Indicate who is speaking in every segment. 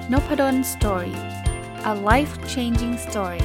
Speaker 1: Nopadon Story. A life-changing story.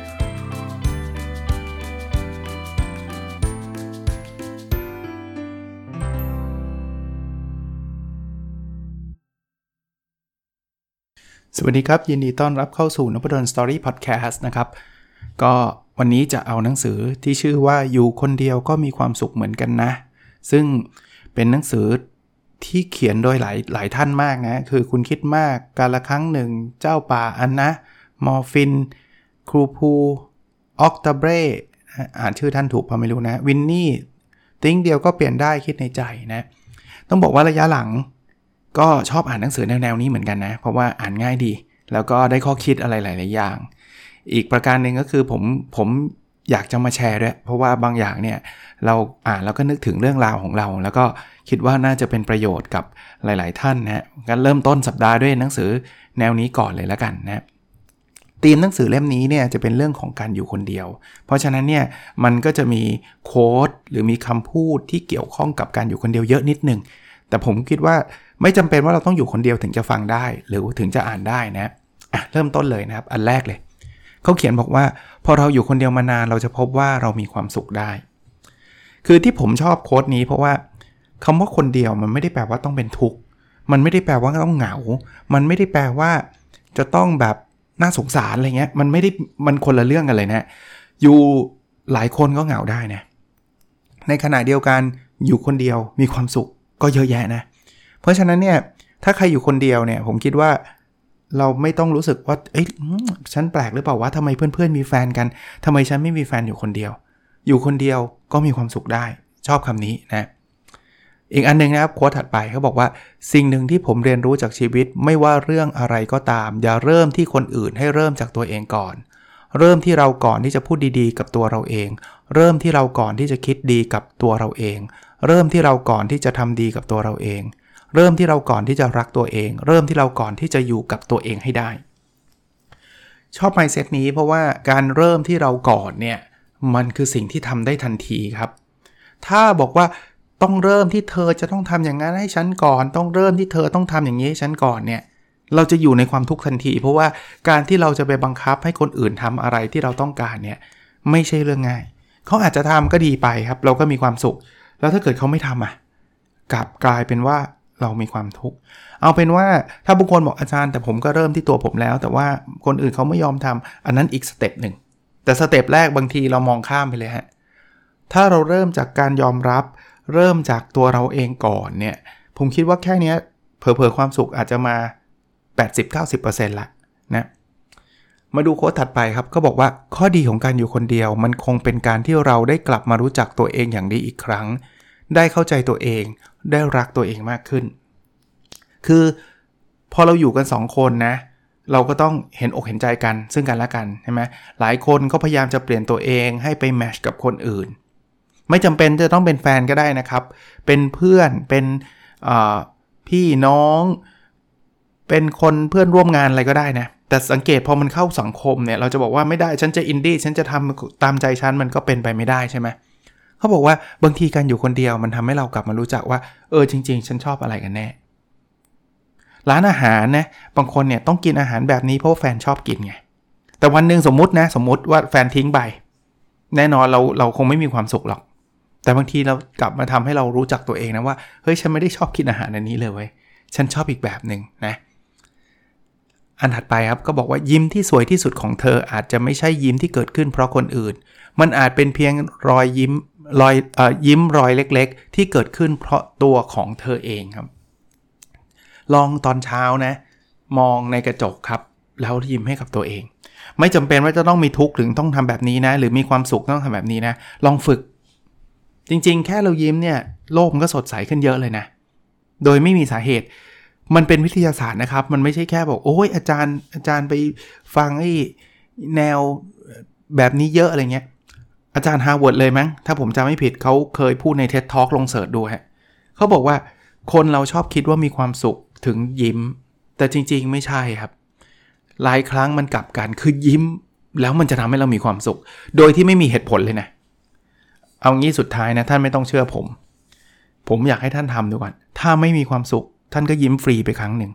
Speaker 2: สวัสดีครับยินดีต้อนรับเข้าสู่ Nopadon Story Podcast นะครับก็วันนี้จะเอาหนังสือที่ชื่อว่าอยู่คนเดียวก็มีความสุขเหมือนกันนะซึ่งเป็นหนังสือที่เขียนโดยหลายท่านมากนะคือคุณคิดมากกาลครั้งหนึ่งเจ้าป่าอันนะมอร์ฟินครูพูออกตาเบรอ่านชื่อท่านถูกพอไม่รู้นะวินนี่ติ้งเดียวก็เปลี่ยนได้คิดในใจนะต้องบอกว่าระยะหลังก็ชอบอ่านหนังสือแนวนี้เหมือนกันนะเพราะว่าอ่านง่ายดีแล้วก็ได้ข้อคิดอะไรหลายๆอย่างอีกประการหนึ่งก็คือผมอยากจะมาแชร์ด้วยเพราะว่าบางอย่างเนี่ยเราอ่านแล้วก็นึกถึงเรื่องราวของเราแล้วก็คิดว่าน่าจะเป็นประโยชน์กับหลายๆท่านนะงั้นเริ่มต้นสัปดาห์ด้วยหนังสือแนวนี้ก่อนเลยแล้วกันนะธีมหนังสือเล่มนี้เนี่ยจะเป็นเรื่องของการอยู่คนเดียวเพราะฉะนั้นเนี่ยมันก็จะมีโค้ดหรือมีคำพูดที่เกี่ยวข้องกับการอยู่คนเดียวเยอะนิดนึงแต่ผมคิดว่าไม่จำเป็นว่าเราต้องอยู่คนเดียวถึงจะฟังได้หรือถึงจะอ่านได้นะเริ่มต้นเลยนะครับอันแรกเลยเขาเขียนบอกว่าพอเราอยู่คนเดียวมานานเราจะพบว่าเรามีความสุขได้คือที่ผมชอบโค้ดนี้เพราะว่าคำว่าคนเดียวมันไม่ได้แปลว่าต้องเป็นทุกข์มันไม่ได้แปลว่าต้องเหงามันไม่ได้แปลว่าจะต้องแบบน่าสงสารอะไรเงี้ยมันคนละเรื่องกันเลยนะอยู่หลายคนก็เหงาได้นะในขณะเดียวกันอยู่คนเดียวมีความสุขก็เยอะแยะนะเพราะฉะนั้นเนี่ยถ้าใครอยู่คนเดียวเนี่ยผมคิดว่าเราไม่ต้องรู้สึกว่าเอ๊ะฉันแปลกหรือเปล่าว่าทำไมเพื่อนๆมีแฟนกันทำไมฉันไม่มีแฟนอยู่คนเดียวอยู่คนเดียวก็มีความสุขได้ชอบคำนี้นะอีกอันนึงนะครับโค้ดถัดไปเขาบอกว่าสิ่งหนึ่งที่ผมเรียนรู้จากชีวิตไม่ว่าเรื่องอะไรก็ตามอย่าเริ่มที่คนอื่นให้เริ่มจากตัวเองก่อนเริ่มที่เราก่อนที่จะพูดดีๆกับตัวเราเองเริ่มที่เราก่อนที่จะคิดดีกับตัวเราเองเริ่มที่เราก่อนที่จะทำดีกับตัวเราเองเริ่มที่เราก่อนที่จะรักตัวเองเริ่มที่เราก่อนที่จะอยู่กับตัวเองให้ได้ชอบ mindset นี้เพราะว่าการเริ่มที่เราก่อนเนี่ยมันคือสิ่งที่ทำได้ทันทีครับถ้าบอกว่าต้องเริ่มที่เธอจะต้องทำอย่างนั้นให้ฉันก่อนต้องเริ่มที่เธอต้องทำอย่างนี้ให้ฉันก่อนเนี่ยเราจะอยู่ในความทุกข์ทันทีเพราะว่าการที่เราจะไปบังคับให้คนอื่นทำอะไรที่เราต้องการเนี่ยไม่ใช่เรื่องง่ายเขาอาจจะทำก็ดีไปครับเราก็มีความสุขแล้วถ้าเกิดเขาไม่ทำกลับกลายเป็นว่าเรามีความทุกข์เอาเป็นว่าถ้าบุคคลบอกอาจารย์แต่ผมก็เริ่มที่ตัวผมแล้วแต่ว่าคนอื่นเขาไม่ยอมทำอันนั้นอีกสเต็ปหนึ่งแต่สเต็ปแรกบางทีเรามองข้ามไปเลยฮะถ้าเราเริ่มจากการยอมรับเริ่มจากตัวเราเองก่อนเนี่ยผมคิดว่าแค่นี้เผลอๆความสุขอาจจะมา 80-90% ละนะมาดูโค้ดถัดไปครับก็บอกว่าข้อดีของการอยู่คนเดียวมันคงเป็นการที่เราได้กลับมารู้จักตัวเองอย่างดีอีกครั้งได้เข้าใจตัวเองได้รักตัวเองมากขึ้นคือพอเราอยู่กัน2คนนะเราก็ต้องเห็นอกเห็นใจกันซึ่งกันและกันใช่ไหมหลายคนก็พยายามจะเปลี่ยนตัวเองให้ไปแมทช์กับคนอื่นไม่จำเป็นจะต้องเป็นแฟนก็ได้นะครับเป็นเพื่อนเป็นพี่น้องเป็นคนเพื่อนร่วมงานอะไรก็ได้นะแต่สังเกตพอมันเข้าสังคมเนี่ยเราจะบอกว่าไม่ได้ฉันจะอินดี้ฉันจะทำตามใจฉันมันก็เป็นไปไม่ได้ใช่ไหมเขาบอกว่าบางทีการอยู่คนเดียวมันทำให้เรากลับมารู้จักว่าจริงๆฉันชอบอะไรกันแน่ร้านอาหารนะบางคนเนี่ยต้องกินอาหารแบบนี้เพราะแฟนชอบกินไงแต่วันนึงสมมุติว่าแฟนทิ้งไปแน่นอนเราคงไม่มีความสุขหรอกแต่บางทีเรากลับมาทำให้เรารู้จักตัวเองนะว่าเฮ้ยฉันไม่ได้ชอบกินอาหารอันนี้เลยเว้ยฉันชอบอีกแบบนึงนะอันถัดไปครับก็บอกว่ายิ้มที่สวยที่สุดของเธออาจจะไม่ใช่ยิ้มที่เกิดขึ้นเพราะคนอื่นมันอาจเป็นเพียงรอยยิ้มรอยเล็กๆที่เกิดขึ้นเพราะตัวของเธอเองครับลองตอนเช้านะมองในกระจกครับแล้วยิ้มให้กับตัวเองไม่จำเป็นว่าจะต้องมีทุกข์ถึงต้องทำแบบนี้นะหรือมีความสุขต้องทำแบบนี้นะลองฝึกจริงๆแค่เรายิ้มเนี่ยโลกมันก็สดใสขึ้นเยอะเลยนะโดยไม่มีสาเหตุมันเป็นวิทยาศาสตร์นะครับมันไม่ใช่แค่บอกโอ้ยอาจารย์ไปฟังไอ้แนวแบบนี้เยอะอะไรเงี้ยอาจารย์ฮาร์วาร์ดเลยมั้งถ้าผมจำไม่ผิดเขาเคยพูดใน TED Talk ลองเสิร์ชดูฮะเขาบอกว่าคนเราชอบคิดว่ามีความสุขถึงยิ้มแต่จริงๆไม่ใช่ครับหลายครั้งมันกลับกันคือยิ้มแล้วมันจะทำให้เรามีความสุขโดยที่ไม่มีเหตุผลเลยนะเอางี้สุดท้ายนะท่านไม่ต้องเชื่อผมอยากให้ท่านทำดูก่อนถ้าไม่มีความสุขท่านก็ยิ้มฟรีไปครั้งหนึ่ง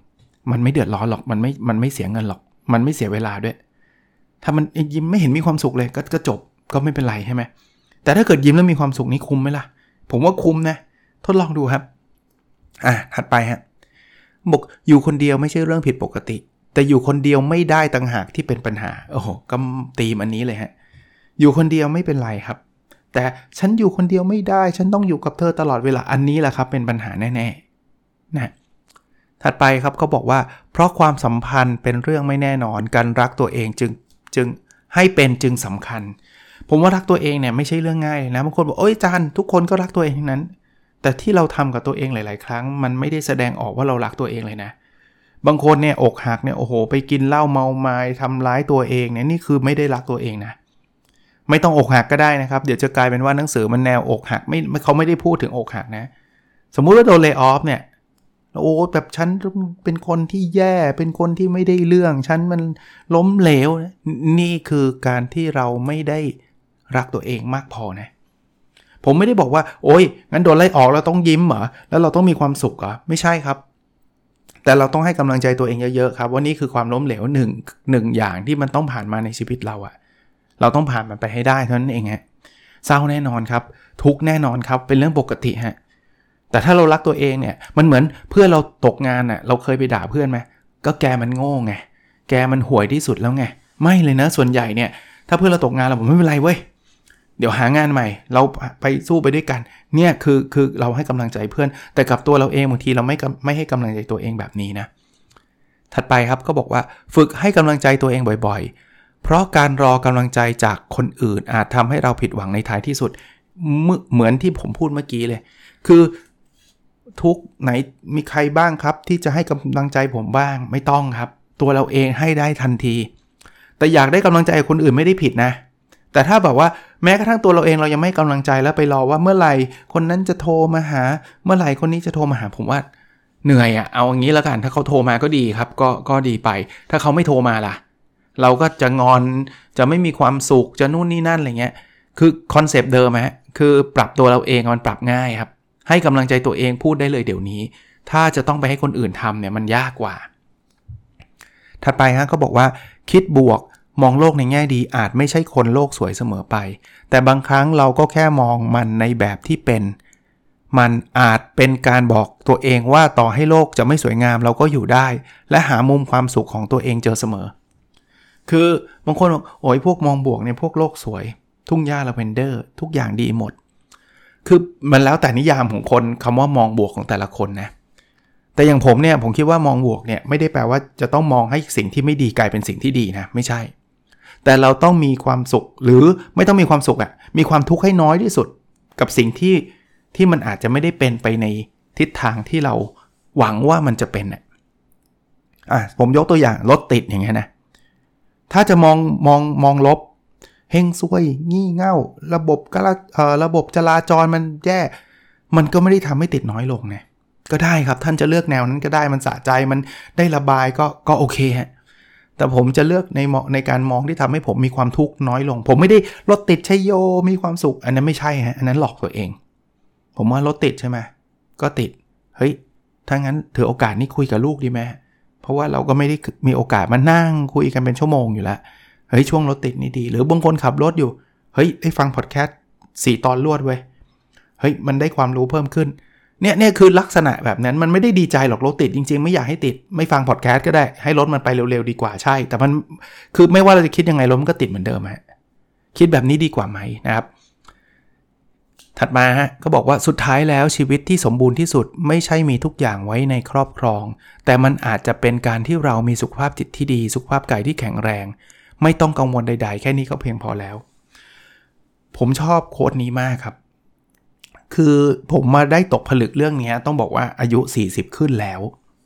Speaker 2: มันไม่เดือดร้อนหรอกมันไม่เสียเงินหรอกมันไม่เสียเวลาด้วยถ้ามันยิ้มไม่เห็นมีความสุขเลยก็จบก็ไม่เป็นไรใช่ไหมแต่ถ้าเกิดยิ้มแล้วมีความสุขนี่คุ้มไหมล่ะผมว่าคุ้มนะทดลองดูครับถัดไปฮะบอกอยู่คนเดียวไม่ใช่เรื่องผิดปกติแต่อยู่คนเดียวไม่ได้ต่างหากที่เป็นปัญหาโอ้โหก็ตีมอันนี้เลยฮะอยู่คนเดียวไม่เป็นไรครับแต่ฉันอยู่คนเดียวไม่ได้ฉันต้องอยู่กับเธอตลอดเวลาอันนี้แหละครับเป็นปัญหาแน่ๆนะถัดไปครับเขาบอกว่าเพราะความสัมพันธ์เป็นเรื่องไม่แน่นอนการรักตัวเองจึงให้เป็นจึงสำคัญผมว่ารักตัวเองเนี่ยไม่ใช่เรื่องง่ายเลยนะบางคนบอกโอ๊ยจานทุกคนก็รักตัวเองทั้งนั้นแต่ที่เราทำกับตัวเองหลายๆครั้งมันไม่ได้แสดงออกว่าเรารักตัวเองเลยนะบางคนเนี่ยอกหักเนี่ยโอ้โหไปกินเหล้าเมามายทำร้ายตัวเองเนี่ยนี่คือไม่ได้รักตัวเองนะไม่ต้องอกหักก็ได้นะครับเดี๋ยวจะกลายเป็นว่าหนังสือมันแนวอกหักไม่เขาไม่ได้พูดถึงอกหักนะสมมุติว่าโดนเลย์ออฟเนี่ยโอ้แบบฉันเป็นคนที่แย่เป็นคนที่ไม่ได้เรื่องฉันมันล้มเหลวนี่คือการที่เราไม่ได้รักตัวเองมากพอนะผมไม่ได้บอกว่าโอ๊ยงั้นโดนไล่ออกเราต้องยิ้มเหรอแล้วเราต้องมีความสุขเหรอไม่ใช่ครับแต่เราต้องให้กำลังใจตัวเองเยอะๆครับว่านี่คือความล้มเหลวหนึ่งอย่างที่มันต้องผ่านมาในชีวิตเราอะเราต้องผ่านมันไปให้ได้เท่านั้นเองฮะเศร้าแน่นอนครับทุกข์แน่นอนครับเป็นเรื่องปกติฮะแต่ถ้าเรารักตัวเองเนี่ยมันเหมือนเพื่อนเราตกงานเราเคยไปด่าเพื่อนไหมก็แกมันโง่ไงแกมันห่วยที่สุดแล้วไงไม่เลยนะส่วนใหญ่เนี่ยถ้าเพื่อนเราตกงานเราบอกไม่เป็นไรเว้ยเดี๋ยวหางานใหม่เราไปสู้ไปด้วยกันเนี่ยคือเราให้กำลังใจเพื่อนแต่กับตัวเราเองบางทีเราไม่ให้กำลังใจตัวเองแบบนี้นะถัดไปครับก็บอกว่าฝึกให้กำลังใจตัวเองบ่อยๆเพราะการรอกำลังใจจากคนอื่นอาจทำให้เราผิดหวังในท้ายที่สุดเหมือนที่ผมพูดเมื่อกี้เลยคือทุกไหนมีใครบ้างครับที่จะให้กำลังใจผมบ้างไม่ต้องครับตัวเราเองให้ได้ทันทีแต่อยากได้กำลังใจคนอื่นไม่ได้ผิดนะแต่ถ้าแบบว่าแม้กระทั่งตัวเราเองเรายังไม่กำลังใจแล้วไปรอว่าเมื่อไหร่คนนั้นจะโทรมาหาเมื่อไหร่คนนี้จะโทรมาหาผมว่าเหนื่อยเอาอย่างนี้แล้วกันถ้าเขาโทรมาก็ดีครับก็ดีไปถ้าเขาไม่โทรมาล่ะเราก็จะงอนจะไม่มีความสุขจะนู่นนี่นั่นอะไรเงี้ยคือคอนเซปต์เดิมฮะคือปรับตัวเราเองมันปรับง่ายครับให้กำลังใจตัวเองพูดได้เลยเดี๋ยวนี้ถ้าจะต้องไปให้คนอื่นทำเนี่ยมันยากกว่าถัดไปฮะก็บอกว่าคิดบวกมองโลกในแง่ดีอาจไม่ใช่คนโลกสวยเสมอไปแต่บางครั้งเราก็แค่มองมันในแบบที่เป็นมันอาจเป็นการบอกตัวเองว่าต่อให้โลกจะไม่สวยงามเราก็อยู่ได้และหามุมความสุขของตัวเองเจอเสมอคือบางคนบอกโอ้ยพวกมองบวกเนี่ยพวกโลกสวยทุ่งหญ้าลาเวนเดอร์ทุกอย่างดีหมดคือมันแล้วแต่นิยามของคนคำว่ามองบวกของแต่ละคนนะแต่อย่างผมเนี่ยผมคิดว่ามองบวกเนี่ยไม่ได้แปลว่าจะต้องมองให้สิ่งที่ไม่ดีกลายเป็นสิ่งที่ดีนะไม่ใช่แต่เราต้องมีความสุขหรือไม่ต้องมีความสุขมีความทุกข์ให้น้อยที่สุดกับสิ่งที่มันอาจจะไม่ได้เป็นไปในทิศทางที่เราหวังว่ามันจะเป็นผมยกตัวอย่างรถติดอย่างเงี้ยนะถ้าจะมองลบเฮงซวยงี่เง่าระบบจราจรมันแย่มันก็ไม่ได้ทำให้ติดน้อยลงนะก็ได้ครับท่านจะเลือกแนวนั้นก็ได้มันสะใจมันได้ระบายก็โอเคฮะแต่ผมจะเลือกในการมองที่ทำให้ผมมีความทุกข์น้อยลงผมไม่ได้รถติดชัยโยมีความสุขอันนั้นไม่ใช่ฮะอันนั้นหลอกตัวเองผมว่ารถติดใช่ไหมก็ติดเฮ้ยถ้างั้นถือโอกาสนี้คุยกับลูกดีไหมเพราะว่าเราก็ไม่ได้มีโอกาสมานั่งคุยกันเป็นชั่วโมงอยู่แล้วเฮ้ยช่วงรถติดนี่ดีหรือบางคนขับรถอยู่เฮ้ยได้ฟังพอดแคสต์4 ตอนรวดเว้ยเฮ้ยมันได้ความรู้เพิ่มขึ้นเนี่ยคือลักษณะแบบนั้นมันไม่ได้ดีใจหรอกรถติดจริงๆไม่อยากให้ติดไม่ฟังพอดแคสต์ก็ได้ให้รถมันไปเร็วๆดีกว่าใช่แต่มันคือไม่ว่าเราจะคิดยังไงรถมันก็ติดเหมือนเดิมฮะคิดแบบนี้ดีกว่าไหมนะครับถัดมาฮะก็บอกว่าสุดท้ายแล้วชีวิตที่สมบูรณ์ที่สุดไม่ใช่มีทุกอย่างไว้ในครอบครองแต่มันอาจจะเป็นการที่เรามีสุขภาพจิตที่ดีสุขภาพกายที่แข็งแรงไม่ต้องกังวลใดๆแค่นี้ก็เพียงพอแล้วผมชอบโค้ดนี้มากครับคือผมมาได้ตกผลึกเรื่องนี้ต้องบอกว่าอายุ40ขึ้นแล้ว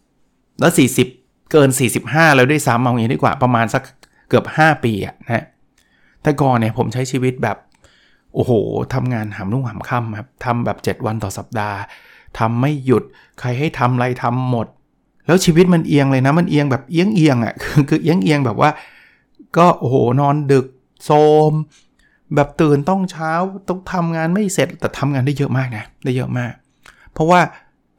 Speaker 2: 40เกิน45แล้วด้วยซ้ำเอาอย่างนี้ดีกว่าประมาณสักเกือบ5 ปีนะแต่ก่อนเนี่ยผมใช้ชีวิตแบบโอ้โหทำงานหามรุ่งหามค่ำครับทำแบบ7 วันต่อสัปดาห์ทำไม่หยุดใครให้ทำอะไรทำหมดแล้วชีวิตมันเอียงเลยนะมันเอียงแบบเอียงคือเอียงแบบว่าก็โอ้โหนอนดึกโซมแบบตื่นต้องเช้าต้องทำงานไม่เสร็จแต่ทำงานได้เยอะมากนะได้เยอะมากเพราะว่า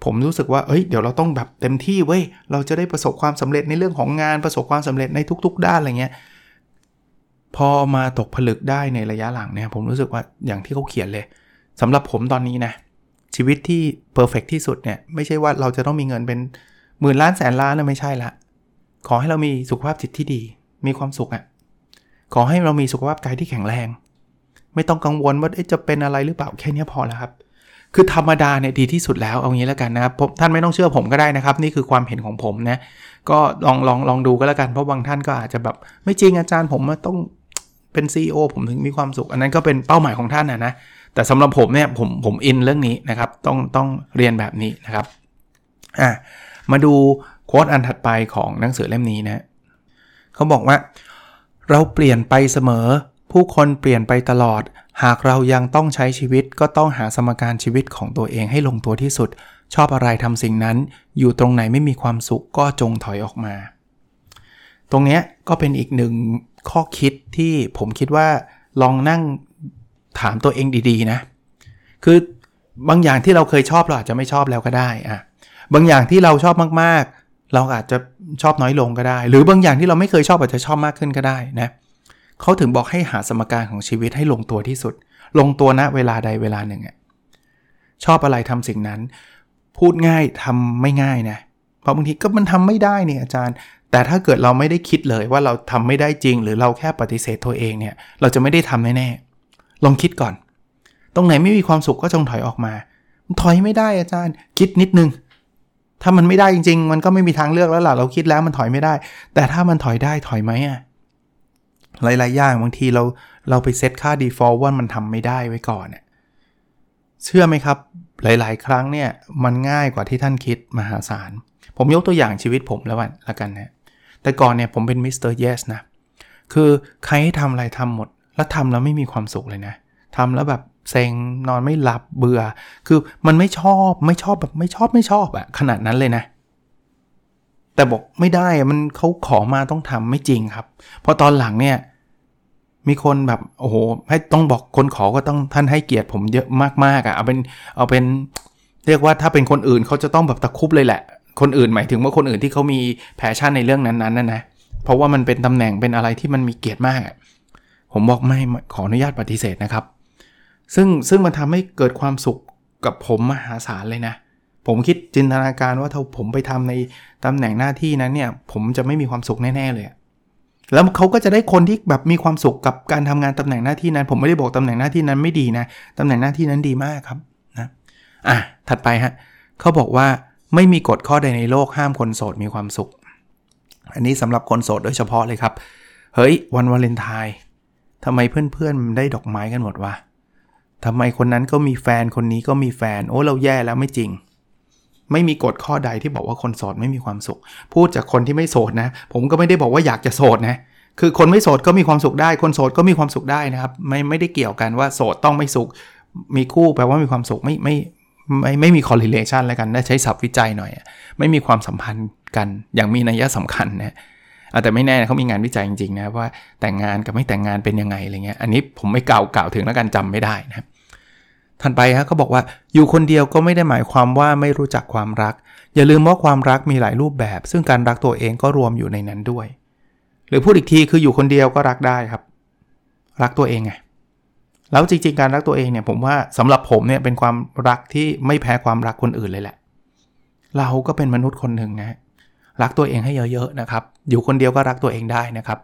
Speaker 2: ผมรู้สึกว่าเดี๋ยวเราต้องแบบเต็มที่เว้ยเราจะได้ประสบความสำเร็จในเรื่องของงานประสบความสำเร็จในทุกๆด้านอะไรเงี้ยพอมาตกผลึกได้ในระยะหลังเนี่ยผมรู้สึกว่าอย่างที่เขาเขียนเลยสำหรับผมตอนนี้นะชีวิตที่เพอร์เฟกต์ที่สุดเนี่ยไม่ใช่ว่าเราจะต้องมีเงินเป็นหมื่นล้านแสนล้านนะไม่ใช่ละขอให้เรามีสุขภาพจิตที่ดีมีความสุขอ่ะขอให้เรามีสุขภาพกายที่แข็งแรงไม่ต้องกังวลว่าจะเป็นอะไรหรือเปล่าแค่นี้พอแล้วครับคือธรรมดาเนี่ยดีที่สุดแล้วเอางี้แล้วกันนะครับท่านไม่ต้องเชื่อผมก็ได้นะครับนี่คือความเห็นของผมนะก็ลองดูก็แล้วกันเพราะบางท่านก็อาจจะแบบไม่จริงอาจารย์ผมต้องเป็น CEO ผมถึงมีความสุขอันนั้นก็เป็นเป้าหมายของท่านนะแต่สำหรับผมเนี่ยผมอินเรื่องนี้นะครับต้องเรียนแบบนี้นะครับมาดูโค้ดอันถัดไปของหนังสือเล่มนี้นะเขาบอกว่าเราเปลี่ยนไปเสมอผู้คนเปลี่ยนไปตลอดหากเรายังต้องใช้ชีวิตก็ต้องหาสมการชีวิตของตัวเองให้ลงตัวที่สุดชอบอะไรทำสิ่งนั้นอยู่ตรงไหนไม่มีความสุขก็จงถอยออกมาตรงนี้ก็เป็นอีกหนึ่งข้อคิดที่ผมคิดว่าลองนั่งถามตัวเองดีๆนะคือบางอย่างที่เราเคยชอบเราอาจจะไม่ชอบแล้วก็ได้บางอย่างที่เราชอบมากๆเราอาจจะชอบน้อยลงก็ได้หรือบางอย่างที่เราไม่เคยชอบอาจจะชอบมากขึ้นก็ได้นะเขาถึงบอกให้หาสมการของชีวิตให้ลงตัวที่สุดลงตัวณเวลาใดเวลาหนึ่งชอบอะไรทำสิ่งนั้นพูดง่ายทำไม่ง่ายนะเพราะบางทีก็มันทำไม่ได้เนี่ยอาจารย์แต่ถ้าเกิดเราไม่ได้คิดเลยว่าเราทำไม่ได้จริงหรือเราแค่ปฏิเสธตัวเองเนี่ยเราจะไม่ได้ทำแน่ๆลองคิดก่อนตรงไหนไม่มีความสุขก็จงถอยออกมาถอยไม่ได้อาจารย์คิดนิดนึงถ้ามันไม่ได้จริงๆมันก็ไม่มีทางเลือกแล้วล่ะเราคิดแล้วมันถอยไม่ได้แต่ถ้ามันถอยได้ถอยไหมหลายๆอย่างบางทีเราไปเซตค่า default ว่ามันทำไม่ได้ไว้ก่อนเชื่อไหมครับหลายๆครั้งเนี่ยมันง่ายกว่าที่ท่านคิดมหาศาลผมยกตัวอย่างชีวิตผมแล้วกันนะแต่ก่อนเนี่ยผมเป็นมิสเตอร์เยสนะคือใครให้ทำอะไรทำหมดแล้วทำแล้วไม่มีความสุขเลยนะทำแล้วแบบเซ็งนอนไม่หลับเบื่อคือมันไม่ชอบแบบไม่ชอบขนาดนั้นเลยนะแต่บอกไม่ได้มันเขาขอมาต้องทำไม่จริงครับพอตอนหลังเนี่ยมีคนแบบโอ้โหให้ต้องบอกคนขอก็ต้องท่านให้เกียรติผมเยอะมากๆเอาเป็นเรียกว่าถ้าเป็นคนอื่นเขาจะต้องแบบตะคุบเลยแหละคนอื่นหมายถึงว่าคนอื่นที่เขามีแพชชั่นในเรื่องนั้นๆนะเพราะว่ามันเป็นตำแหน่งเป็นอะไรที่มันมีเกียรติมากผมบอกไม่ขออนุญาตปฏิเสธนะครับซึ่งมันทำให้เกิดความสุขกับผมมหาศาลเลยนะผมคิดจินตนาการว่าถ้าผมไปทำในตำแหน่งหน้าที่นั้นเนี่ยผมจะไม่มีความสุขแน่ๆเลยแล้วเขาก็จะได้คนที่แบบมีความสุขกับการทำงานตำแหน่งหน้าที่นั้นผมไม่ได้บอกตำแหน่งหน้าที่นั้นไม่ดีนะตำแหน่งหน้าที่นั้นดีมากครับนะถัดไปเขาบอกว่าไม่มีกฎข้อใดในโลกห้ามคนโสดมีความสุขอันนี้สำหรับคนโสดโดยเฉพาะเลยครับเฮ้ยวันวาเลนไทน์ทำไมเพื่อนๆได้ดอกไม้กันหมดวะทำไมคนนั้นก็มีแฟนคนนี้ก็มีแฟนโอ้เราแย่แล้วไม่จริงไม่มีกฎข้อใดที่บอกว่าคนโสดไม่มีความสุขพูดจากคนที่ไม่โสดนะผมก็ไม่ได้บอกว่าอยากจะโสดนะคือคนไม่โสดก็มีความสุขได้คนโสดก็มีความสุขได้นะครับไม่ได้เกี่ยวกันว่าโสดต้องไม่สุขมีคู่แปลว่ามีความสุขไม่มี correlation แล้วกันได้ใช้ศัพท์วิจัยหน่อยไม่มีความสัมพันธ์กันอย่างมีนัยสำคัญนะแต่ไม่แน่เขามีงานวิจัยจริงๆนะว่าแต่งงานกับไม่แต่งงานเป็นยังไงอะไรเงี้ยอันนี้ผมไม่กล่าวถึงแล้วกันจำไม่ได้นะถัดไปเขาบอกว่าอยู่คนเดียวก็ไม่ได้หมายความว่าไม่รู้จักความรักอย่าลืมว่าความรักมีหลายรูปแบบซึ่งการรักตัวเองก็รวมอยู่ในนั้นด้วยหรือพูดอีกทีคืออยู่คนเดียวก็รักได้ครับรักตัวเองไงแล้วจริงๆการรักตัวเองเนี่ยผมว่าสำหรับผมเนี่ยเป็นความรักที่ไม่แพ้ความรักคนอื่นเลยแหละเราก็เป็นมนุษย์คนหนึ่งนะรักตัวเองให้เยอะๆนะครับอยู่คนเดียวก็รักตัวเองได้นะครับ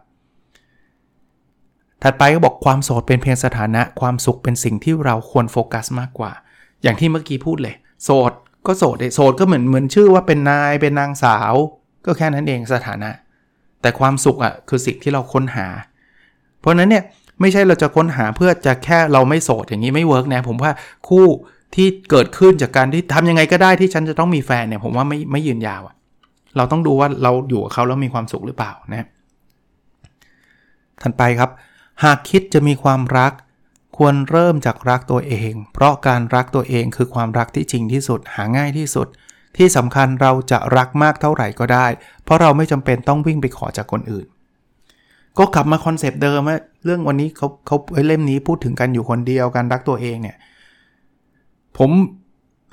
Speaker 2: ถัดไปก็บอกความโสดเป็นเพียงสถานะความสุขเป็นสิ่งที่เราควรโฟกัสมากกว่าอย่างที่เมื่อกี้พูดเลยโสดก็โสดก็เหมือนชื่อว่าเป็นนายเป็นนางสาวก็แค่นั้นเองสถานะแต่ความสุขคือสิ่งที่เราค้นหาเพราะนั้นเนี่ยไม่ใช่เราจะค้นหาเพื่อจะแค่เราไม่โสดอย่างนี้ไม่เวิร์กนะผมว่าคู่ที่เกิดขึ้นจากการที่ทำยังไงก็ได้ที่ฉันจะต้องมีแฟนเนี่ยผมว่าไม่ยืนยาวเราต้องดูว่าเราอยู่กับเขาแล้วมีความสุขหรือเปล่านะถัดไปครับหากคิดจะมีความรักควรเริ่มจากรักตัวเองเพราะการรักตัวเองคือความรักที่จริงที่สุดหาง่ายที่สุดที่สำคัญเราจะรักมากเท่าไหร่ก็ได้เพราะเราไม่จำเป็นต้องวิ่งไปขอจากคนอื่นก็กลับมาคอนเซปต์เดิมเรื่องวันนี้เขาเล่มนี้พูดถึงกันอยู่คนเดียวการรักตัวเองเนี่ยผม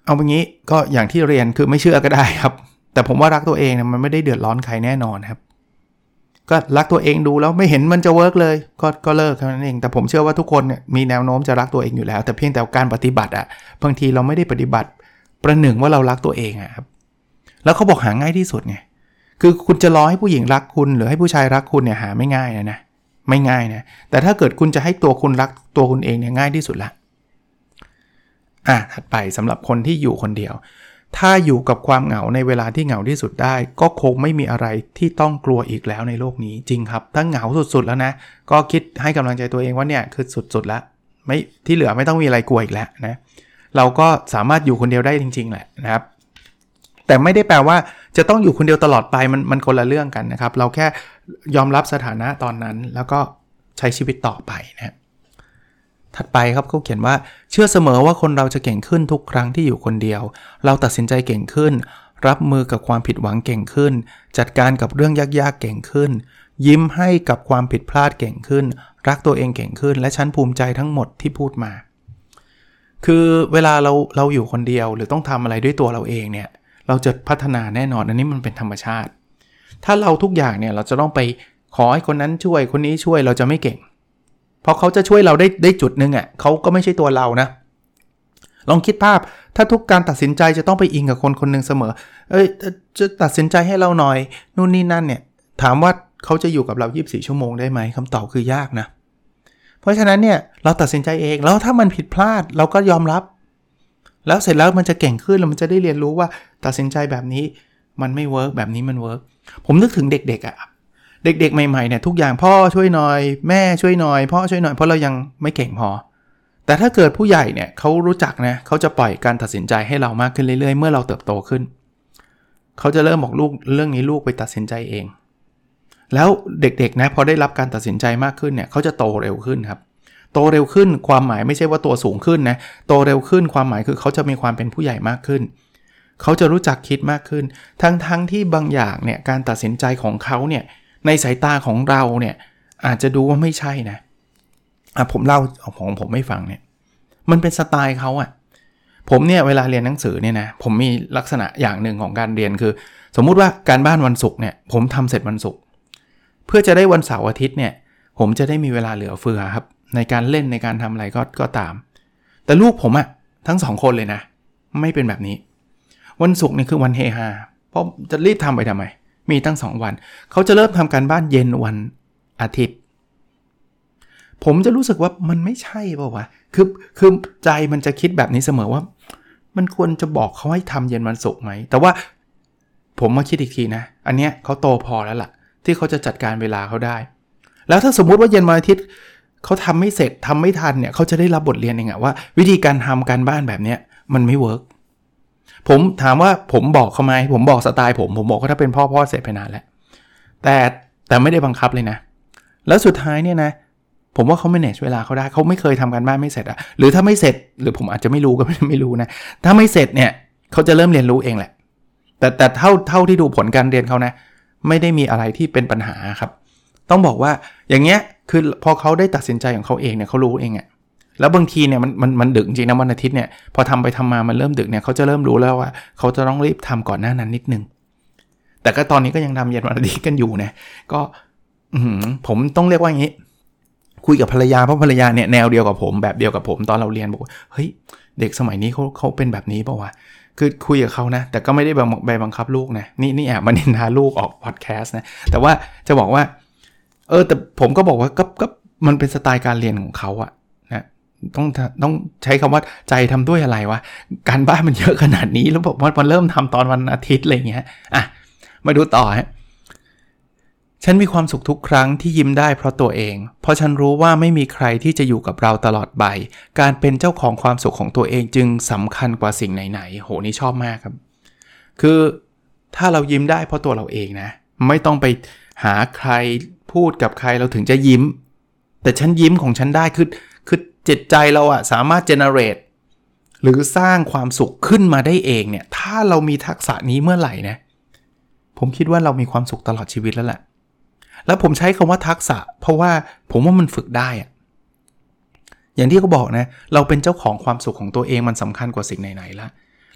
Speaker 2: เอาอย่างนี้ก็อย่างที่เรียนคือไม่เชื่อก็ได้ครับแต่ผมว่ารักตัวเองเนี่ยมันไม่ได้เดือดร้อนใครแน่นอนครับก็รักตัวเองดูแล้วไม่เห็นมันจะเวิร์กเลยก็เลิกเท่านั้นเองแต่ผมเชื่อว่าทุกคนเนี่ยมีแนวโน้มจะรักตัวเองอยู่แล้วแต่เพียงแต่การปฏิบัติอ่ะบางทีเราไม่ได้ปฏิบัติประหนึ่งว่าเรารักตัวเองอ่ะครับแล้วเขาบอกหาง่ายที่สุดไงคือคุณจะรอให้ผู้หญิงรักคุณหรือให้ผู้ชายรักคุณเนี่ยหาไม่ง่ายนะไม่ง่ายนะแต่ถ้าเกิดคุณจะให้ตัวคุณรักตัวคุณเองเนี่ยง่ายที่สุดละถัดไปสำหรับคนที่อยู่คนเดียวถ้าอยู่กับความเหงาในเวลาที่เหงาที่สุดได้ก็คงไม่มีอะไรที่ต้องกลัวอีกแล้วในโลกนี้จริงครับถ้าเหงาสุดๆแล้วนะก็คิดให้กำลังใจตัวเองว่าเนี่ยคือสุดๆแล้วไม่ที่เหลือไม่ต้องมีอะไรกลัวอีกแล้วนะเราก็สามารถอยู่คนเดียวได้จริงๆแหละนะครับแต่ไม่ได้แปลว่าจะต้องอยู่คนเดียวตลอดไปมันคนละเรื่องกันนะครับเราแค่ยอมรับสถานะตอนนั้นแล้วก็ใช้ชีวิตต่อไปนะถัดไปครับเขาเขียนว่าเชื่อเสมอว่าคนเราจะเก่งขึ้นทุกครั้งที่อยู่คนเดียวเราตัดสินใจเก่งขึ้นรับมือกับความผิดหวังเก่งขึ้นจัดการกับเรื่องยากๆเก่งขึ้นยิ้มให้กับความผิดพลาดเก่งขึ้นรักตัวเองเก่งขึ้นและฉันภูมิใจทั้งหมดที่พูดมาคือเวลาเราอยู่คนเดียวหรือต้องทำอะไรด้วยตัวเราเองเนี่ยเราจะพัฒนาแน่นอนอันนี้มันเป็นธรรมชาติถ้าเราทุกอย่างเนี่ยเราจะต้องไปขอให้คนนั้นช่วยคนนี้ช่วยเราจะไม่เก่งเพราะเขาจะช่วยเราได้จุดนึงอ่ะเขาก็ไม่ใช่ตัวเรานะลองคิดภาพถ้าทุกการตัดสินใจจะต้องไปอิงกับคนคนนึงเสมอจะตัดสินใจให้เราหน่อยนู่นนี่นั่นเนี่ยถามว่าเขาจะอยู่กับเรา24ชั่วโมงได้ไหมคำตอบคือยากนะเพราะฉะนั้นเนี่ยเราตัดสินใจเองแล้วถ้ามันผิดพลาดเราก็ยอมรับแล้วเสร็จแล้วมันจะเก่งขึ้นแล้วมันจะได้เรียนรู้ว่าตัดสินใจแบบนี้มันไม่เวิร์กแบบนี้มันเวิร์กผมนึกถึงเด็กๆอ่ะเด็กๆใหม่ๆเนี่ยทุกอย่างพ่อช่วยหน่อยแม่ช่วยหน่อยพ่อช่วยหน่อยเพราะเรายังไม่เก่งพอแต่ถ้าเกิดผู้ใหญ่เนี่ยเขารู้จักนะเขาจะปล่อยการตัดสินใจให้เรามากขึ้นเรื่อยๆเมื่อเราเติบโตขึ้นเขาจะเริ่มบอกลูกเรื่องนี้ลูกไปตัดสินใจเองแล้วเด็กๆนะพอได้รับการตัดสินใจมากขึ้นเนี่ยเขาจะโตเร็วขึ้นครับโตเร็วขึ้นความหมายไม่ใช่ว่าตัวสูงขึ้นนะโตเร็วขึ้นความหมายคือเขาจะมีความเป็นผู้ใหญ่มากขึ้นเขาจะรู้จักคิดมากขึ้นทั้งที่บางอย่างเนี่ยการตัดสินใจของเขาเนี่ยในสายตาของเราเนี่ยอาจจะดูว่าไม่ใช่นะผมเล่าของผมไม่ฟังเนี่ยมันเป็นสไตล์เขาผมเนี่ยเวลาเรียนหนังสือเนี่ยนะผมมีลักษณะอย่างหนึ่งของการเรียนคือสมมุติว่าการบ้านวันศุกร์เนี่ยผมทำเสร็จวันศุกร์เพื่อจะได้วันเสาร์อาทิตย์เนี่ยผมจะได้มีเวลาเหลือเฟือครับในการเล่นในการทำอะไรก็ตามแต่ลูกผมทั้ง2คนเลยนะไม่เป็นแบบนี้วันศุกร์นี่คือวันเฮฮาเพราะจะรีบทำไปทำไมมีตั้ง2วันเขาจะเริ่มทำการบ้านเย็นวันอาทิตย์ผมจะรู้สึกว่ามันไม่ใช่ป่าววะคือใจมันจะคิดแบบนี้เสมอว่ามันควรจะบอกเขาให้ทำเย็นวันศุกร์ไหมแต่ว่าผมมาคิดอีกทีนะอันเนี้ยเขาโตพอแล้วล่ะที่เขาจะจัดการเวลาเขาได้แล้วถ้าสมมุติว่าเย็นวันอาทิตย์เขาทำไม่เสร็จทำไม่ทันเนี่ยเขาจะได้รับบทเรียนเองว่าวิธีการทำการบ้านแบบเนี้ยมันไม่เวิร์กผมถามว่าผมบอกเขาไหมผมบอกสไตล์ผมบอกว่าถ้าเป็นพ่อเสร็จไปนานแล้วแต่ไม่ได้บังคับเลยนะแล้วสุดท้ายเนี่ยนะผมว่าเขาmanageเวลาเขาได้เขาไม่เคยทำการบ้านไม่เสร็จหรือถ้าไม่เสร็จหรือผมอาจจะไม่รู้ก็ไม่รู้นะถ้าไม่เสร็จเนี่ยเขาจะเริ่มเรียนรู้เองแหละแต่เท่าที่ดูผลการเรียนเขานะไม่ได้มีอะไรที่เป็นปัญหาครับต้องบอกว่าอย่างเงี้ยคือพอเขาได้ตัดสินใจของเขาเองเนี่ยเขารู้เองแล้วบางทีเนี่ยมันดึกจริงนะวันอาทิตย์เนี่ยพอทำไปทำมามันเริ่มดึกเนี่ยเขาจะเริ่มรู้แล้วว่าเขาจะต้องรีบทำก่อนหน้านั้นนิดนึงแต่ก็ตอนนี้ก็ยังทำเย็นวันอาทิตย์กันอยู่นะก็ผมต้องเรียกว่าอย่างนี้คุยกับภรรยาเพราะภรรยาเนี่ยแนวเดียวกับผมแบบเดียวกับผมตอนเราเรียนบอกเฮ้ยเด็กสมัยนี้เขาเป็นแบบนี้ป่าววะคือคุยกับเขานะแต่ก็ไม่ได้บังคับลูกนะนี่แอบมานินทาลูกออกพอดแคสต์นะแต่ว่าจะบอกว่าแต่ผมก็บอกว่าก็มันเป็นสไตล์การเรียนของเขานะต้องใช้คำว่าใจทำด้วยอะไรวะการบ้านมันเยอะขนาดนี้แล้วบอกว่ามันเริ่มทำตอนวันอาทิตย์อะไรอย่างเงี้ยมาดูต่อฮะฉันมีความสุขทุกครั้งที่ยิ้มได้เพราะตัวเองเพราะฉันรู้ว่าไม่มีใครที่จะอยู่กับเราตลอดไปการเป็นเจ้าของความสุขของตัวเองจึงสำคัญกว่าสิ่งไหนๆโหนี่ชอบมากครับคือถ้าเรายิ้มได้เพราะตัวเราเองนะไม่ต้องไปหาใครพูดกับใครเราถึงจะยิ้มแต่ฉันยิ้มของฉันได้คือจิตใจเราสามารถ generate หรือสร้างความสุขขึ้นมาได้เองเนี่ยถ้าเรามีทักษะนี้เมื่อไหร่นะผมคิดว่าเรามีความสุขตลอดชีวิตแล้วแหละแล้วผมใช้คำว่าทักษะเพราะว่าผมว่ามันฝึกได้อย่างที่เขาบอกนะเราเป็นเจ้าของความสุขของตัวเองมันสำคัญกว่าสิ่งไหนๆละ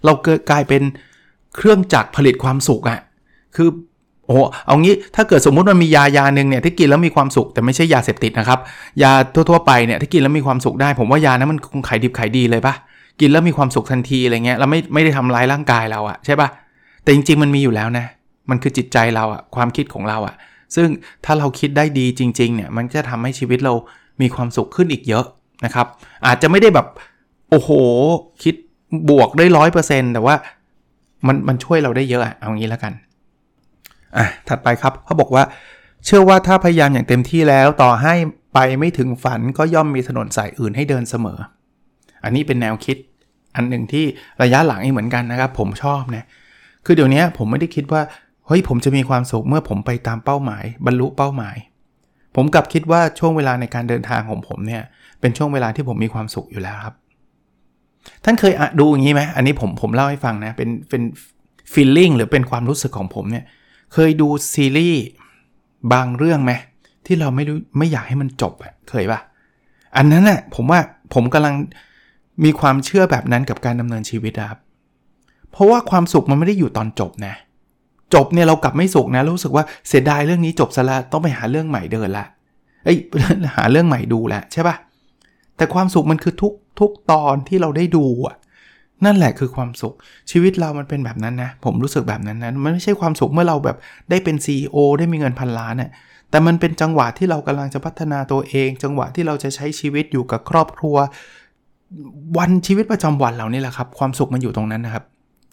Speaker 2: เรากลายเป็นเครื่องจักรผลิตความสุขอ่ะคือโอ้เอางี้ถ้าเกิดสมมุติมันมียานึงเนี่ยที่กินแล้วมีความสุขแต่ไม่ใช่ยาเสพติดนะครับยาทั่วๆไปเนี่ยที่กินแล้วมีความสุขได้ผมว่ายานั้นมันคงขายดิบขายดีเลยป่ะกินแล้วมีความสุขทันทีอะไรเงี้ยเราไม่ได้ทำร้ายร่างกายเราอ่ะใช่ป่ะแต่จริงๆมันมีอยู่แล้วนะมันคือจิตใจเราอ่ะความคิดของเราอ่ะซึ่งถ้าเราคิดได้ดีจริงๆเนี่ยมันจะทำให้ชีวิตเรามีความสุขขึ้นอีกเยอะนะครับอาจจะไม่ได้แบบโอ้โหคิดบวกได้ 100% แต่ว่ามันช่วยเราได้เยอะอ่ะเอางี้แล้วกันถัดไปครับเขาบอกว่าเชื่อว่าถ้าพยายามอย่างเต็มที่แล้วต่อให้ไปไม่ถึงฝันก็ย่อมมีถนนสายอื่นให้เดินเสมออันนี้เป็นแนวคิดอันหนึ่งที่ระยะหลังเหมือนกันนะครับผมชอบนะคือเดี๋ยวนี้ผมไม่ได้คิดว่าเฮ้ยผมจะมีความสุขเมื่อผมไปตามเป้าหมายบรรลุเป้าหมายผมกลับคิดว่าช่วงเวลาในการเดินทางของผมเนี่ยเป็นช่วงเวลาที่ผมมีความสุขอยู่แล้วครับท่านเคยดูอย่างนี้ไหมอันนี้ผมเล่าให้ฟังนะเป็น feeling หรือเป็นความรู้สึกของผมเนี่ยเคยดูซีรีส์บางเรื่องไหมที่เราไม่อยากให้มันจบเคยป่ะอันนั้นน่ะผมว่าผมกำลังมีความเชื่อแบบนั้นกับการดำเนินชีวิตครับเพราะว่าความสุขมันไม่ได้อยู่ตอนจบนะจบเนี่ยเรากลับไม่สุขนะรู้สึกว่าเสียดายเรื่องนี้จบซะแล้วต้องไปหาเรื่องใหม่เดินละหาเรื่องใหม่ดูละใช่ป่ะแต่ความสุขมันคือทุกตอนที่เราได้ดูนั่นแหละคือความสุขชีวิตเรามันเป็นแบบนั้นนะผมรู้สึกแบบนั้นนะมันไม่ใช่ความสุขเมื่อเราแบบได้เป็น CEO ได้มีเงินพันล้านแต่มันเป็นจังหวะที่เรากำลังจะพัฒนาตัวเองจังหวะที่เราจะใช้ชีวิตอยู่กับครอบครัววันชีวิตประจำวันเรานี่แหละครับความสุขมันอยู่ตรงนั้นนะครับ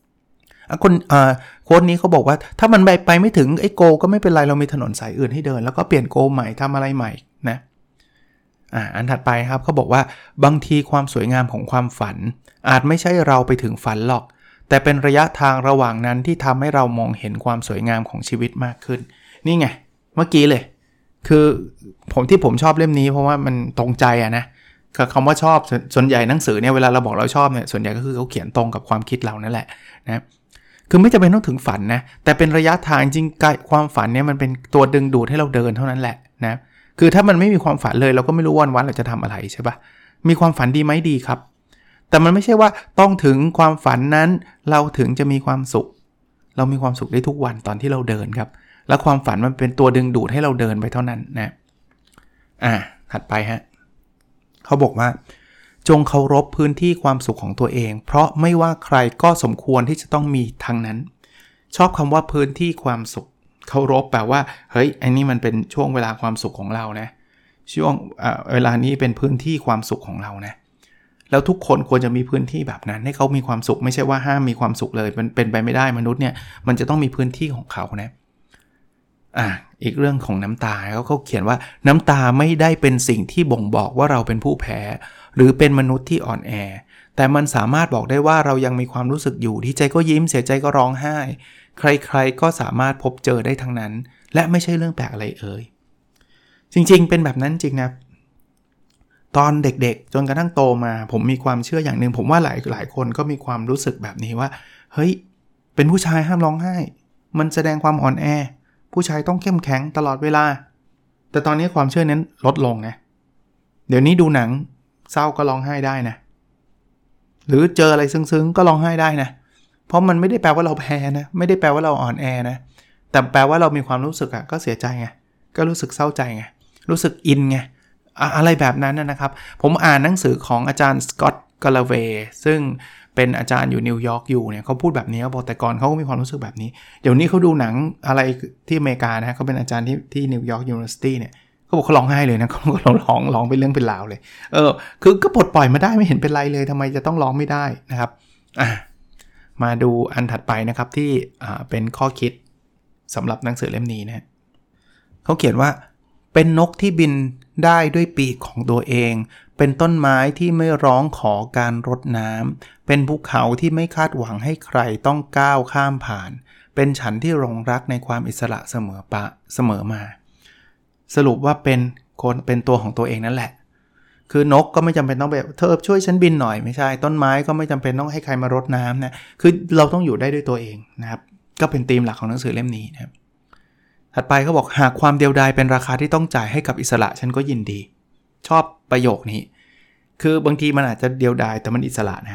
Speaker 2: โค้ดนี้เขาบอกว่าถ้ามันไปไม่ถึงไอ้โกก็ไม่เป็นไรเรามีถนนสายอื่นให้เดินแล้วก็เปลี่ยนโกใหม่ทำอะไรใหม่นะอันถัดไปครับเขาบอกว่าบางทีความสวยงามของความฝันอาจไม่ใช่เราไปถึงฝันหรอกแต่เป็นระยะทางระหว่างนั้นที่ทำให้เรามองเห็นความสวยงามของชีวิตมากขึ้นนี่ไงเมื่อกี้เลยคือผมชอบเล่มนี้เพราะว่ามันตรงใจนะคำว่าชอบส่วนใหญ่หนังสือเนี่ยเวลาเราบอกเราชอบเนี่ยส่วนใหญ่ก็คือเขาเขียนตรงกับความคิดเรานั่นแหละนะคือไม่จำเป็นต้องถึงฝันนะแต่เป็นระยะทางจริงความฝันเนี่ยมันเป็นตัวดึงดูดให้เราเดินเท่านั้นแหละนะคือถ้ามันไม่มีความฝันเลยเราก็ไม่รู้วันเราจะทำอะไรใช่ปะมีความฝันดีไหมดีครับแต่มันไม่ใช่ว่าต้องถึงความฝันนั้นเราถึงจะมีความสุขเรามีความสุขได้ทุกวันตอนที่เราเดินครับและความฝันมันเป็นตัวดึงดูดให้เราเดินไปเท่านั้นนะถัดไปฮะเขาบอกว่าจงเคารพพื้นที่ความสุขของตัวเองเพราะไม่ว่าใครก็สมควรที่จะต้องมีทั้งนั้นชอบคำว่าพื้นที่ความสุขเคารพแปลว่าเฮ้ยอันนี้มันเป็นช่วงเวลาความสุขของเรานะช่วงเวลานี้เป็นพื้นที่ความสุขของเรานะแล้วทุกคนควรจะมีพื้นที่แบบนั้นให้เขามีความสุขไม่ใช่ว่าห้ามมีความสุขเลยมันเป็นไปไม่ได้มนุษย์เนี่ยมันจะต้องมีพื้นที่ของเขานะอีกเรื่องของน้ำตาเขาเขียนว่าน้ำตาไม่ได้เป็นสิ่งที่บ่งบอกว่าเราเป็นผู้แพ้หรือเป็นมนุษย์ที่อ่อนแอแต่มันสามารถบอกได้ว่าเรายังมีความรู้สึกอยู่ดีใจก็ยิ้มเสียใจก็ร้องไห้ใครๆก็สามารถพบเจอได้ทั้งนั้นและไม่ใช่เรื่องแปลกอะไรจริงๆเป็นแบบนั้นจริงนะตอนเด็กๆจนกระทั่งโตมาผมมีความเชื่ออย่างนึงผมว่าหลายคนก็มีความรู้สึกแบบนี้ว่าเฮ้ยเป็นผู้ชายห้ามร้องไห้มันแสดงความอ่อนแอผู้ชายต้องเข้มแข็งตลอดเวลาแต่ตอนนี้ความเชื่อนั้นลดลงนะเดี๋ยวนี้ดูหนังเศร้าก็ร้องไห้ได้นะหรือเจออะไรซึ้งๆก็ร้องไห้ได้นะเพราะมันไม่ได้แปลว่าเราแพ้นะไม่ได้แปลว่าเราอ่อนแอนะแต่แปลว่าเรามีความรู้สึกก็เสียใจไงก็รู้สึกเศร้าใจไงรู้สึกอินไงอะไรแบบนั้นนะครับผมอ่านหนังสือของอาจารย์สกอตต์กาลาเวย์ซึ่งเป็นอาจารย์อยู่นิวยอร์กอยู่เนี่ยเขาพูดแบบนี้เขาบอกแต่ก่อนเขาก็มีความรู้สึกแบบนี้เดี๋ยวนี้เขาดูหนังอะไรที่อเมริกานะเขาเป็นอาจารย์ที่นิวยอร์กยูนิเวอร์ซิตี้เนี่ยเขาบอกเขาร้องไห้เลยนะเขาก็ร้องเป็นเรื่องเป็นราวเลยคือก็ปลดปล่อยมาได้ไม่เห็นเป็นไรเลยทำไมจะต้องร้องไม่ได้นะครับมาดูอันถัดไปนะครับที่เป็นข้อคิดสำหรับหนังสือเล่มนี้นะเขาเขียนว่าเป็นนกที่บินได้ด้วยปีกของตัวเองเป็นต้นไม้ที่ไม่ร้องขอการรดน้ำเป็นภูเขาที่ไม่คาดหวังให้ใครต้องก้าวข้ามผ่านเป็นฉันที่หลงรักในความอิสระเสมอมาสรุปว่าเป็นตัวของตัวเองนั่นแหละคือนกก็ไม่จำเป็นต้องแบบเธอช่วยฉันบินหน่อยไม่ใช่ต้นไม้ก็ไม่จำเป็นต้องให้ใครมารดน้ำนะคือเราต้องอยู่ได้ด้วยตัวเองนะครับก็เป็นธีมหลักของหนังสือเล่มนี้นะครับถัดไปเขาบอกหากความเดียวดายเป็นราคาที่ต้องจ่ายให้กับอิสระฉันก็ยินดีชอบประโยคนี้คือบางทีมันอาจจะเดียวดายแต่มันอิสระนะ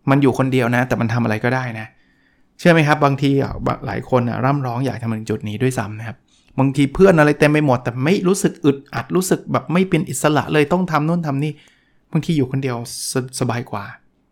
Speaker 2: มันอยู่คนเดียวนะแต่มันทำอะไรก็ได้นะเชื่อไหมครับบางทีหลายคนร่ำร้องอยากทำถึงจุดนี้ด้วยซ้ำนะครับบางทีเพื่อนอะไรเต็มไปหมดแต่ไม่รู้สึกอึดอัดรู้สึกแบบไม่เป็นอิสระเลยต้องทำนู่นทำนี่บางทีอยู่คนเดียวสบายกว่า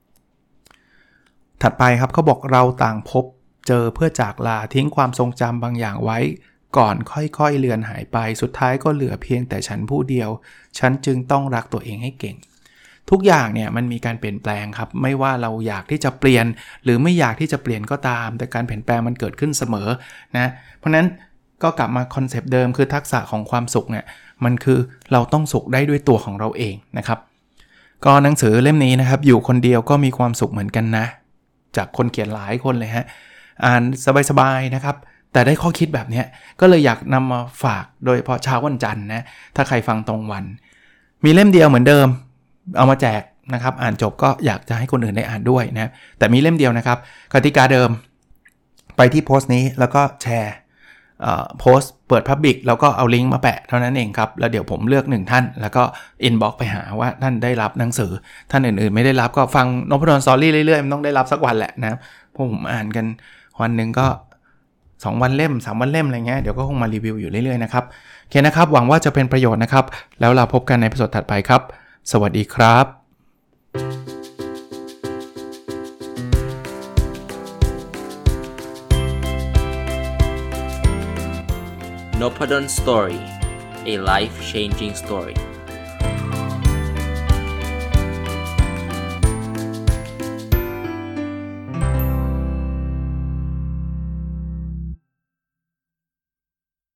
Speaker 2: ถัดไปครับเขาบอกเราต่างพบเจอเพื่อจากลาทิ้งความทรงจำบางอย่างไว้ก่อนค่อยๆเลือนหายไปสุดท้ายก็เหลือเพียงแต่ฉันผู้เดียวฉันจึงต้องรักตัวเองให้เก่งทุกอย่างเนี่ยมันมีการเปลี่ยนแปลงครับไม่ว่าเราอยากที่จะเปลี่ยนหรือไม่อยากที่จะเปลี่ยนก็ตามแต่การเปลี่ยนแปลงมันเกิดขึ้นเสมอนะเพราะนั้นก็กลับมาคอนเซปต์เดิมคือทักษะของความสุขเนี่ยมันคือเราต้องสุขได้ด้วยตัวของเราเองนะครับก็หนังสือเล่มนี้นะครับอยู่คนเดียวก็มีความสุขเหมือนกันนะจากคนเขียนหลายคนเลยฮะอ่านสบายๆนะครับแต่ได้ข้อคิดแบบนี้ก็เลยอยากนำมาฝากโดยเฉพาะเช้าวันจันทร์นะถ้าใครฟังตรงวันมีเล่มเดียวเหมือนเดิมเอามาแจกนะครับอ่านจบก็อยากจะให้คนอื่นได้อ่านด้วยนะแต่มีเล่มเดียวนะครับกติกาเดิมไปที่โพสต์นี้แล้วก็แชร์โพสต์เปิด Public แล้วก็เอาลิงก์มาแปะเท่านั้นเองครับแล้วเดี๋ยวผมเลือก1ท่านแล้วก็อินบ็อกซ์ไปหาว่าท่านได้รับหนังสือท่านอื่นๆไม่ได้รับก็ฟังนพดลสตอรี่เรื่อยๆมันต้องได้รับสักวันแหละนะเพราะผมอ่านกันวันนึงก็2วันเล่ม3วันเล่มอะไรเงี้ยเดี๋ยวก็คงมารีวิวอยู่เรื่อยๆนะครับโอเคนะครับหวังว่าจะเป็นประโยชน์นะครับแล้วเราพบกันในตอนถัดไปครับสวัสดีครับ
Speaker 3: Noppadan Story, a life-changing story.